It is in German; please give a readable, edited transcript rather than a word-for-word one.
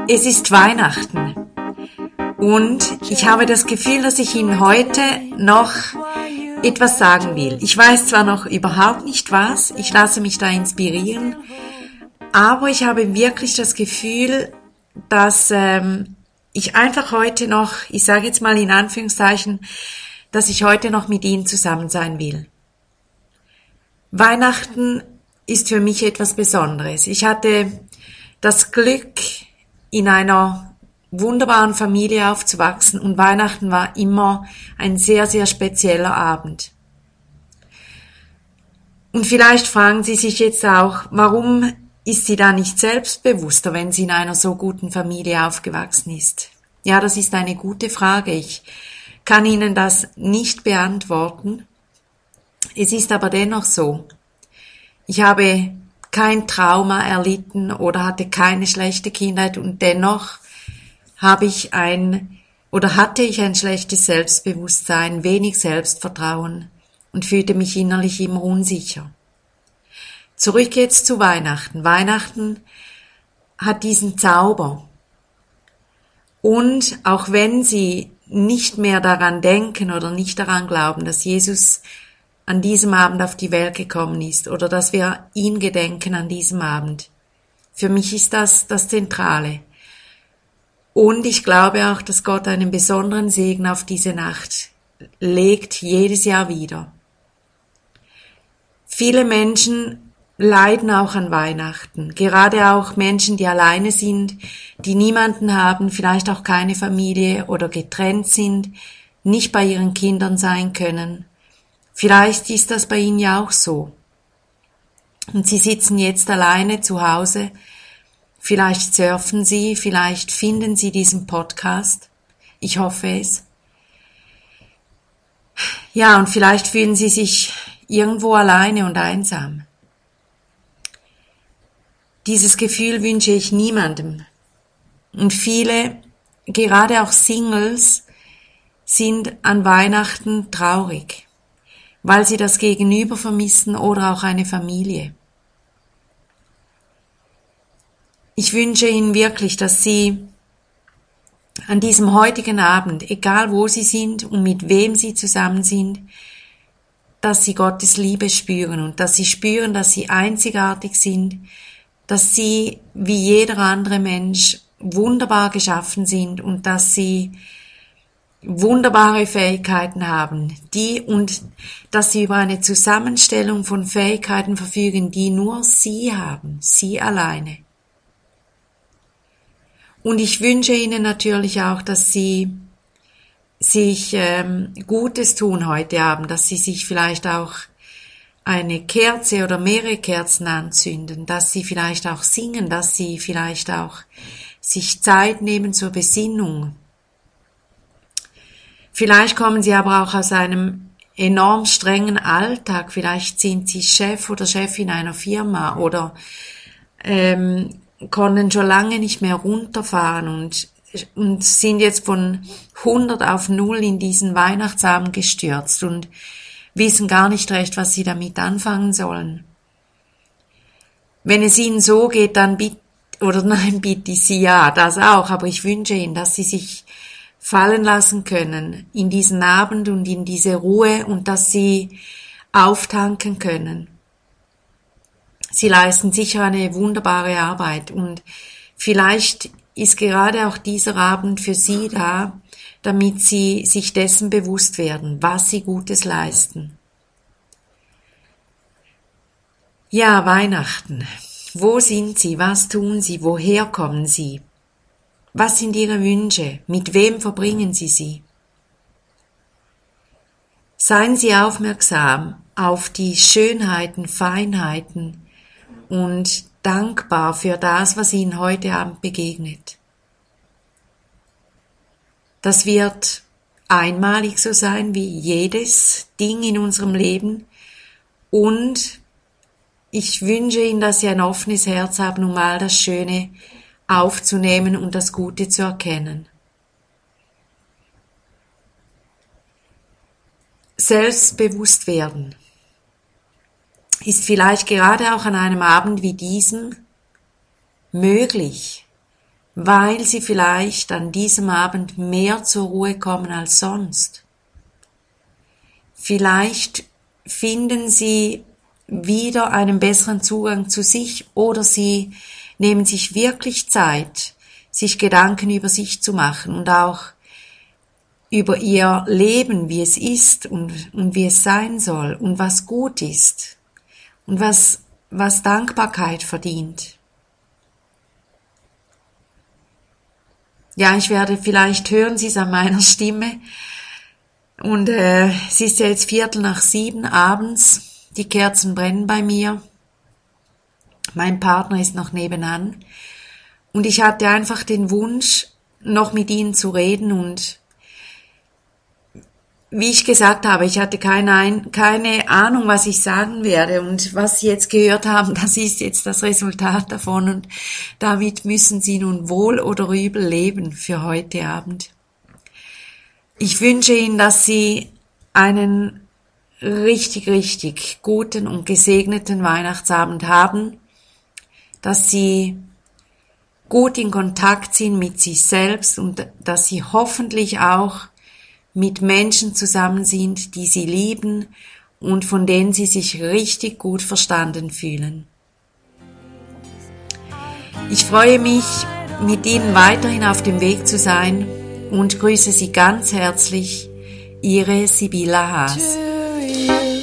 Es ist Weihnachten und ich habe das Gefühl, dass ich Ihnen heute noch etwas sagen will. Ich weiß zwar noch überhaupt nicht was, ich lasse mich da inspirieren, aber ich habe wirklich das Gefühl, dass ich einfach heute noch, ich sage jetzt mal in Anführungszeichen, dass ich heute noch mit Ihnen zusammen sein will. Weihnachten ist für mich etwas Besonderes. Ich hatte das Glück, in einer wunderbaren Familie aufzuwachsen und Weihnachten war immer ein sehr, sehr spezieller Abend. Und vielleicht fragen Sie sich jetzt auch, warum ist sie da nicht selbstbewusster, wenn sie in einer so guten Familie aufgewachsen ist? Ja, das ist eine gute Frage. Ich kann Ihnen das nicht beantworten. Es ist aber dennoch so. Ich habe kein Trauma erlitten oder hatte keine schlechte Kindheit und dennoch hatte ich ein schlechtes Selbstbewusstsein, wenig Selbstvertrauen und fühlte mich innerlich immer unsicher. Zurück jetzt zu Weihnachten. Weihnachten hat diesen Zauber. Und auch wenn Sie nicht mehr daran denken oder nicht daran glauben, dass Jesus an diesem Abend auf die Welt gekommen ist oder dass wir ihn gedenken an diesem Abend. Für mich ist das das Zentrale. Und ich glaube auch, dass Gott einen besonderen Segen auf diese Nacht legt, jedes Jahr wieder. Viele Menschen leiden auch an Weihnachten, gerade auch Menschen, die alleine sind, die niemanden haben, vielleicht auch keine Familie oder getrennt sind, nicht bei ihren Kindern sein können. Vielleicht ist das bei Ihnen ja auch so. Und Sie sitzen jetzt alleine zu Hause. Vielleicht surfen Sie, vielleicht finden Sie diesen Podcast. Ich hoffe es. Ja, und vielleicht fühlen Sie sich irgendwo alleine und einsam. Dieses Gefühl wünsche ich niemandem. Und viele, gerade auch Singles, sind an Weihnachten traurig, weil sie das Gegenüber vermissen oder auch eine Familie. Ich wünsche Ihnen wirklich, dass Sie an diesem heutigen Abend, egal wo Sie sind und mit wem Sie zusammen sind, dass Sie Gottes Liebe spüren und dass Sie spüren, dass Sie einzigartig sind, dass Sie wie jeder andere Mensch wunderbar geschaffen sind und dass Sie wunderbare Fähigkeiten haben, dass Sie über eine Zusammenstellung von Fähigkeiten verfügen, die nur Sie haben, Sie alleine. Und ich wünsche Ihnen natürlich auch, dass Sie sich Gutes tun heute Abend, dass Sie sich vielleicht auch eine Kerze oder mehrere Kerzen anzünden, dass Sie vielleicht auch singen, dass Sie vielleicht auch sich Zeit nehmen zur Besinnung. Vielleicht kommen Sie aber auch aus einem enorm strengen Alltag. Vielleicht sind Sie Chef oder Chefin einer Firma oder konnten schon lange nicht mehr runterfahren und sind jetzt von 100 auf 0 in diesen Weihnachtsabend gestürzt und wissen gar nicht recht, was Sie damit anfangen sollen. Wenn es Ihnen so geht, dann bitte ich Sie ja, das auch, aber ich wünsche Ihnen, dass Sie sich fallen lassen können in diesen Abend und in diese Ruhe und dass Sie auftanken können. Sie leisten sicher eine wunderbare Arbeit und vielleicht ist gerade auch dieser Abend für Sie da, damit Sie sich dessen bewusst werden, was Sie Gutes leisten. Ja, Weihnachten. Wo sind Sie? Was tun Sie? Woher kommen Sie? Was sind Ihre Wünsche? Mit wem verbringen Sie sie? Seien Sie aufmerksam auf die Schönheiten, Feinheiten und dankbar für das, was Ihnen heute Abend begegnet. Das wird einmalig so sein wie jedes Ding in unserem Leben und ich wünsche Ihnen, dass Sie ein offenes Herz haben, um all das Schöne aufzunehmen und das Gute zu erkennen. Selbstbewusst werden ist vielleicht gerade auch an einem Abend wie diesem möglich, weil sie vielleicht an diesem Abend mehr zur Ruhe kommen als sonst. Vielleicht finden sie wieder einen besseren Zugang zu sich oder sie nehmen sich wirklich Zeit, sich Gedanken über sich zu machen und auch über ihr Leben, wie es ist und wie es sein soll und was gut ist und was Dankbarkeit verdient. Ja, vielleicht hören Sie es an meiner Stimme und es ist ja jetzt 6:15 abends, die Kerzen brennen bei mir, mein Partner ist noch nebenan und ich hatte einfach den Wunsch, noch mit Ihnen zu reden und wie ich gesagt habe, ich hatte keine Ahnung, was ich sagen werde und was Sie jetzt gehört haben, das ist jetzt das Resultat davon und damit müssen Sie nun wohl oder übel leben für heute Abend. Ich wünsche Ihnen, dass Sie einen richtig, richtig guten und gesegneten Weihnachtsabend haben, dass Sie gut in Kontakt sind mit sich selbst und dass Sie hoffentlich auch mit Menschen zusammen sind, die Sie lieben und von denen Sie sich richtig gut verstanden fühlen. Ich freue mich, mit Ihnen weiterhin auf dem Weg zu sein und grüße Sie ganz herzlich, Ihre Sibylla Haas.